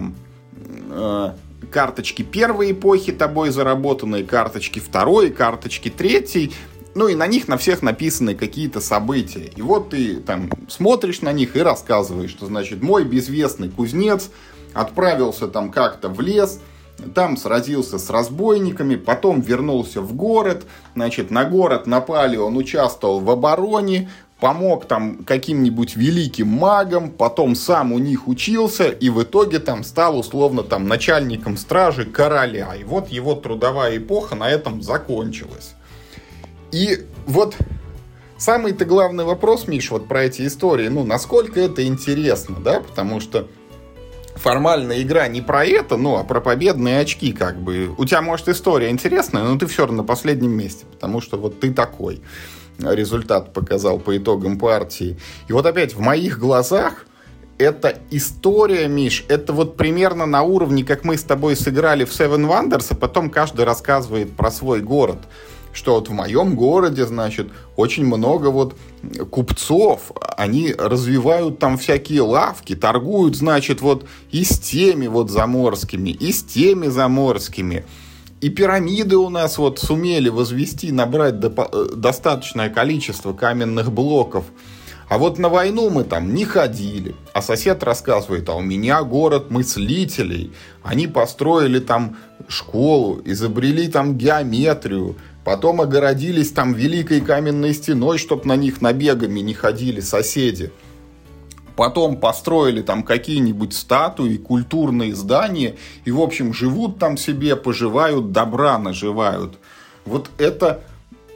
карточки первой эпохи тобой заработанные, карточки второй, карточки третьей, и на них на всех написаны какие-то события. И вот ты там смотришь на них и рассказываешь, что, значит, мой безвестный кузнец отправился там как-то в лес, там сразился с разбойниками, потом вернулся в город, значит, на город напали, он участвовал в обороне, помог там каким-нибудь великим магам, потом сам у них учился и в итоге там стал условно там начальником стражи короля. И вот его трудовая эпоха на этом закончилась. И вот самый-то главный вопрос, Миш, вот про эти истории, насколько это интересно, да, потому что формальная игра не про это, а про победные очки, как бы. У тебя, может, история интересная, но ты все равно на последнем месте, потому что вот ты такой. Результат показал по итогам партии. И вот опять в моих глазах эта история, Миш, это вот примерно на уровне, как мы с тобой сыграли в Seven Wonders, а потом каждый рассказывает про свой город. Что вот в моем городе, значит, очень много вот купцов, они развивают там всякие лавки, торгуют, значит, вот и с теми вот заморскими, и с теми заморскими. И пирамиды у нас вот сумели возвести, набрать достаточное количество каменных блоков. А вот на войну мы там не ходили. А сосед рассказывает, а у меня город мыслителей. Они построили там школу, изобрели там геометрию. Потом огородились там великой каменной стеной, чтоб на них набегами не ходили соседи. Потом построили там какие-нибудь статуи, культурные здания. И, в общем, живут там себе, поживают, добра наживают. Вот это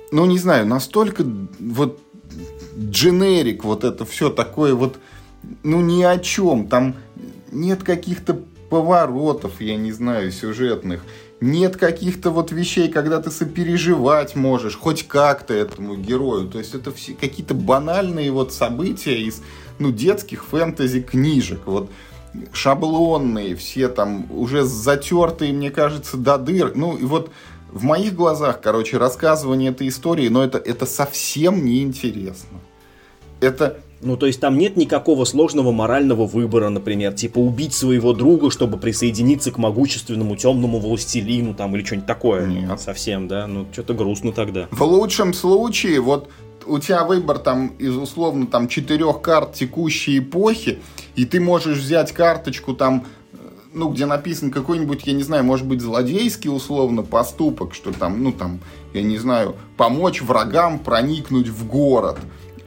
ну, не знаю, настолько вот дженерик, вот это все такое вот, ну, ни о чем. Там нет каких-то поворотов, я не знаю, сюжетных. Нет каких-то вот вещей, когда ты сопереживать можешь хоть как-то этому герою. То есть это все какие-то банальные вот события из, ну, детских фэнтези-книжек. Вот шаблонные все там, уже затертые, мне кажется, до дыр. Ну, и вот в моих глазах, короче, рассказывание этой истории, но это совсем неинтересно. Это... Ну, то есть там нет никакого сложного морального выбора, например, типа убить своего друга, чтобы присоединиться к могущественному темному властелину, там, или что-нибудь такое. Нет. Совсем, да? Ну, что-то грустно тогда. В лучшем случае, вот у тебя выбор там из условно там 4 карт текущей эпохи, и ты можешь взять карточку там, ну, где написан какой-нибудь, я не знаю, может быть, злодейский условно поступок, что там, ну, там, я не знаю, помочь врагам проникнуть в город.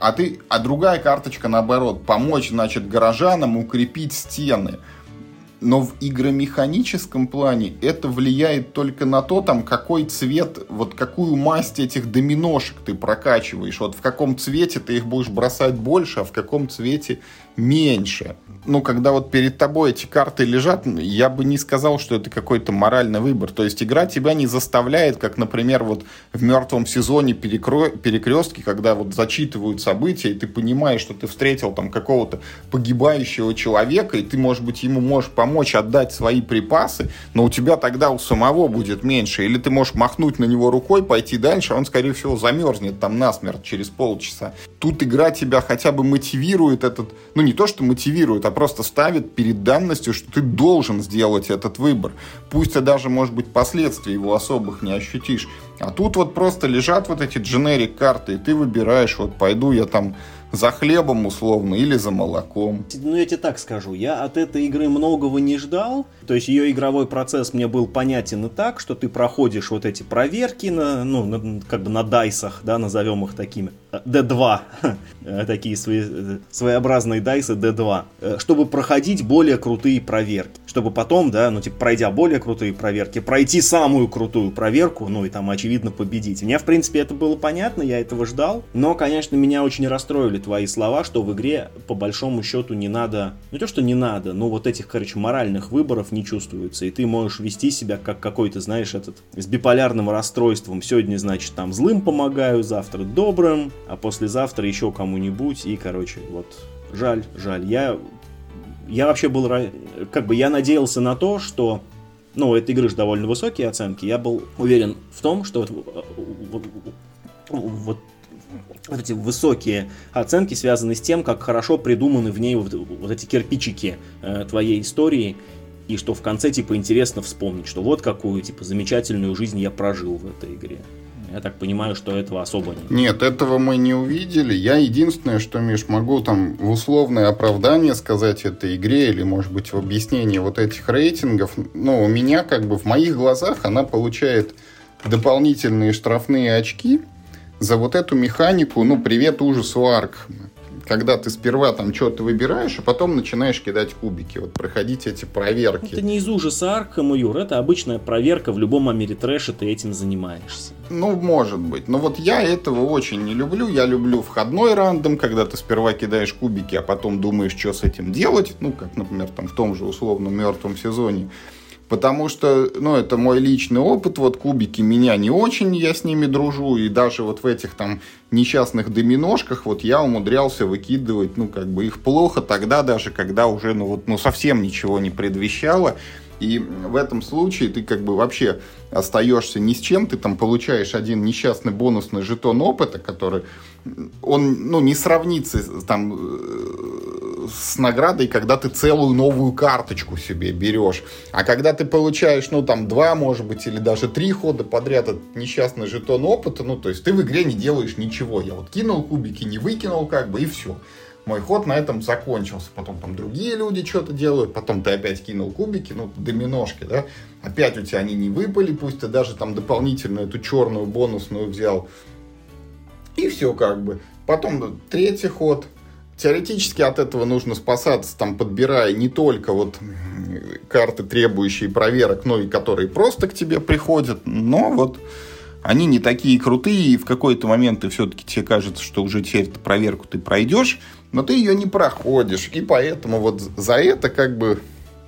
А другая карточка, наоборот, помочь, значит, горожанам укрепить стены. Но в игромеханическом плане это влияет только на то, там, какой цвет, вот какую масть этих доминошек ты прокачиваешь. Вот в каком цвете ты их будешь бросать больше, а в каком цвете меньше. Ну, когда вот перед тобой эти карты лежат, я бы не сказал, что это какой-то моральный выбор. То есть игра тебя не заставляет, как, например, вот в «Мертвом сезоне» перекрестки, когда вот зачитывают события, и ты понимаешь, что ты встретил там какого-то погибающего человека, и ты, может быть, ему можешь помочь отдать свои припасы, но у тебя тогда у самого будет меньше. Или ты можешь махнуть на него рукой, пойти дальше, а он, скорее всего, замерзнет там насмерть через полчаса. Тут игра тебя хотя бы мотивирует этот... Ну, не то, что мотивирует, а просто ставит перед данностью, что ты должен сделать этот выбор. Пусть ты даже, может быть, последствий его особых не ощутишь. А тут вот просто лежат вот эти дженерик карты, и ты выбираешь, вот пойду я там за хлебом условно или за молоком. Ну, я тебе так скажу, я от этой игры многого не ждал. То есть ее игровой процесс мне был понятен и так, что ты проходишь вот эти проверки как бы на дайсах, да, назовем их такими. D2. Такие своеобразные дайсы D2. Чтобы проходить более крутые проверки. Чтобы потом, да, ну, типа, пройдя более крутые проверки, пройти самую крутую проверку, ну, и там, очевидно, победить. Мне, в принципе, это было понятно, я этого ждал. Но, конечно, меня очень расстроили твои слова, что в игре, по большому счету, не надо... Не то, что не надо, но вот этих, короче, моральных выборов не чувствуется. И ты можешь вести себя как какой-то, знаешь, с биполярным расстройством. Сегодня, значит, там, злым помогаю, завтра добрым, а послезавтра еще кому-нибудь. И, короче, вот, жаль. Я вообще был... Как бы я надеялся на то, что... Ну, у этой игры же довольно высокие оценки. Я был уверен в том, что вот эти высокие оценки связаны с тем, как хорошо придуманы в ней вот эти кирпичики твоей истории, и что в конце, типа, интересно вспомнить, что вот какую, типа, замечательную жизнь я прожил в этой игре. Я так понимаю, что этого особо нет. Нет, этого мы не увидели. Я единственное, что, Миш, могу там в условное оправдание сказать этой игре, или, может быть, в объяснении вот этих рейтингов, ну, у меня, как бы, в моих глазах она получает дополнительные штрафные очки за вот эту механику, ну, привет ужасу Аркхема. Когда ты сперва там что-то выбираешь, а потом начинаешь кидать кубики, вот проходить эти проверки. Это не из ужаса Аркхема, Юр, это обычная проверка, в любом Америтрэше ты этим занимаешься. Ну, может быть. Но вот я этого очень не люблю. Я люблю входной рандом, когда ты сперва кидаешь кубики, а потом думаешь, что с этим делать. Ну, как, например, там в том же условно «Мертвом сезоне». Потому что, ну, это мой личный опыт, вот кубики меня не очень, я с ними дружу, и даже вот в этих там несчастных доминошках вот я умудрялся выкидывать, ну, как бы их плохо тогда даже, когда уже, ну, вот, ну, совсем ничего не предвещало, и в этом случае ты как бы вообще остаешься ни с чем, ты там получаешь один несчастный бонусный жетон опыта, который, он, ну, не сравнится там с наградой, когда ты целую новую карточку себе берешь. А когда ты получаешь, ну, там, 2, может быть, или даже 3 хода подряд этот несчастный жетон опыта, ну, то есть ты в игре не делаешь ничего. Я вот кинул кубики, не выкинул, как бы, и все. Мой ход на этом закончился. Потом там другие люди что-то делают, потом ты опять кинул кубики, ну, доминошки, да, опять у тебя они не выпали, пусть ты даже там дополнительно эту черную бонусную взял. И все, как бы. Потом третий ход. Теоретически от этого нужно спасаться, там, подбирая не только вот карты, требующие проверок, но и которые просто к тебе приходят. Но вот они не такие крутые, и в какой-то момент все-таки тебе кажется, что уже теперь проверку ты пройдешь, но ты ее не проходишь. И поэтому вот за это как бы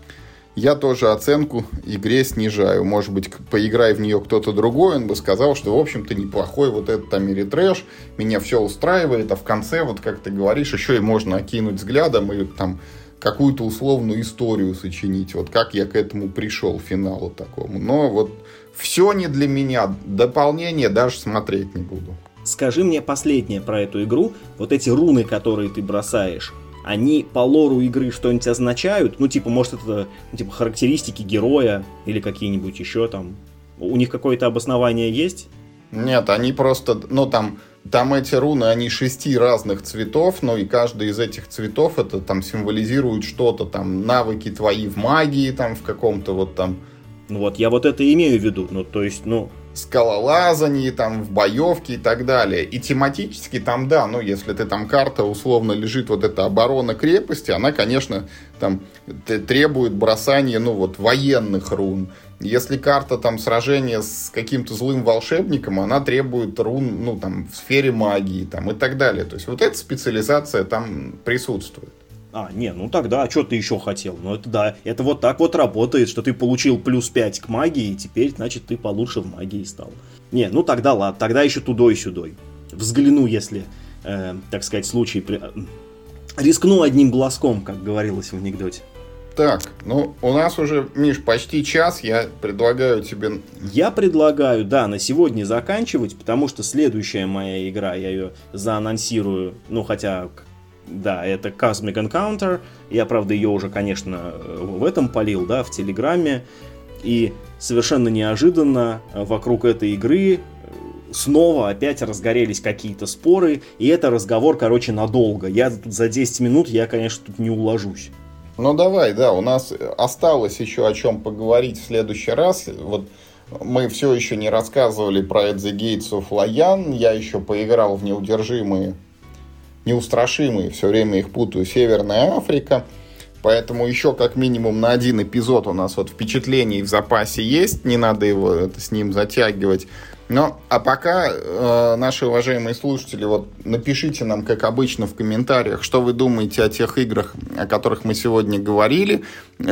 я тоже оценку игре снижаю. Может быть, поиграй в нее кто-то другой, он бы сказал, что, в общем-то, неплохой вот этот Америтрэш, меня все устраивает, а в конце, вот как ты говоришь, еще и можно окинуть взглядом и там какую-то условную историю сочинить. Вот как я к этому пришел, финалу такому. Но вот все не для меня. Дополнение даже смотреть не буду. Скажи мне последнее про эту игру. Вот эти руны, которые ты бросаешь, они по лору игры что-нибудь означают? Ну, типа, может, это типа характеристики героя или какие-нибудь еще там? У них какое-то обоснование есть? Нет, они просто, ну, там эти руны, они 6 разных цветов, ну, и каждый из этих цветов это там символизирует что-то, там, навыки твои в магии, там, в каком-то вот там... Ну, вот, я вот это имею в виду, ну, то есть, ну... скалолазании, там, в боевке и так далее. И тематически там, да, ну, если ты там карта условно лежит, вот эта оборона крепости, она, конечно, там требует бросания, ну, вот, военных рун. Если карта там сражения с каким-то злым волшебником, она требует рун, ну, там, в сфере магии, там, и так далее. То есть, вот эта специализация там присутствует. Не, ну тогда, а что ты еще хотел? Ну это да, это вот так вот работает, что ты получил плюс 5 к магии, и теперь, значит, ты получше в магии стал. Не, ну тогда ладно, тогда еще тудой-сюдой. Взгляну, если, так сказать, случай... Рискну одним глазком, как говорилось в анекдоте. Так, ну, у нас уже, Миш, почти час, я предлагаю тебе... Я предлагаю, да, на сегодня заканчивать, потому что следующая моя игра, я ее заанонсирую, ну, хотя... Да, это Cosmic Encounter. Я, правда, ее уже, конечно, в этом полил, да, в Телеграме. И совершенно неожиданно вокруг этой игры снова опять разгорелись какие-то споры. И это разговор, короче, надолго. Я тут за 10 минут, я, конечно, тут не уложусь. Ну, давай, да, у нас осталось еще о чем поговорить в следующий раз. Вот мы все еще не рассказывали про At the Gates of Layan. Я еще поиграл в неустрашимые, все время их путаю, Северная Африка. Поэтому еще как минимум на один эпизод у нас вот впечатлений в запасе есть, не надо его с ним затягивать. А пока, наши уважаемые слушатели, вот напишите нам, как обычно, в комментариях, что вы думаете о тех играх, о которых мы сегодня говорили,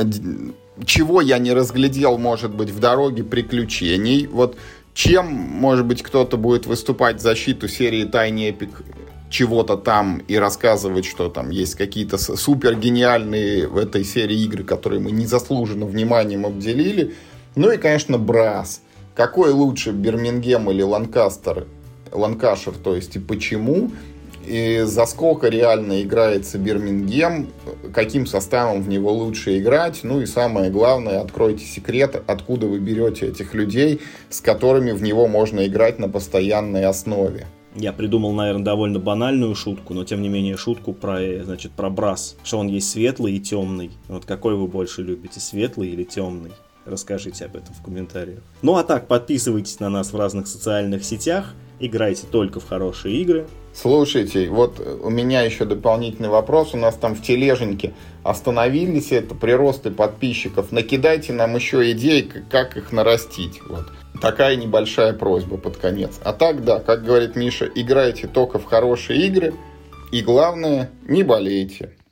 чего я не разглядел, может быть, в дороге приключений. Вот чем, может быть, кто-то будет выступать в защиту серии Tiny Epic чего-то там и рассказывать, что там есть какие-то супер гениальные в этой серии игры, которые мы незаслуженно вниманием обделили. Ну и, конечно, Брас. Какой лучше, Бирмингем или Ланкашир, то есть и почему, и за сколько реально играется Бирмингем, каким составом в него лучше играть, ну и самое главное, откройте секрет, откуда вы берете этих людей, с которыми в него можно играть на постоянной основе. Я придумал, наверное, довольно банальную шутку, но тем не менее шутку про Брас, что он есть светлый и темный. Вот какой вы больше любите, светлый или темный? Расскажите об этом в комментариях. Ну а так, подписывайтесь на нас в разных социальных сетях, играйте только в хорошие игры. Слушайте, вот у меня еще дополнительный вопрос. У нас там в тележеньке остановились это приросты подписчиков. Накидайте нам еще идей, как их нарастить. Вот. Такая небольшая просьба под конец. А так, да, как говорит Миша, играйте только в хорошие игры. И главное, не болейте.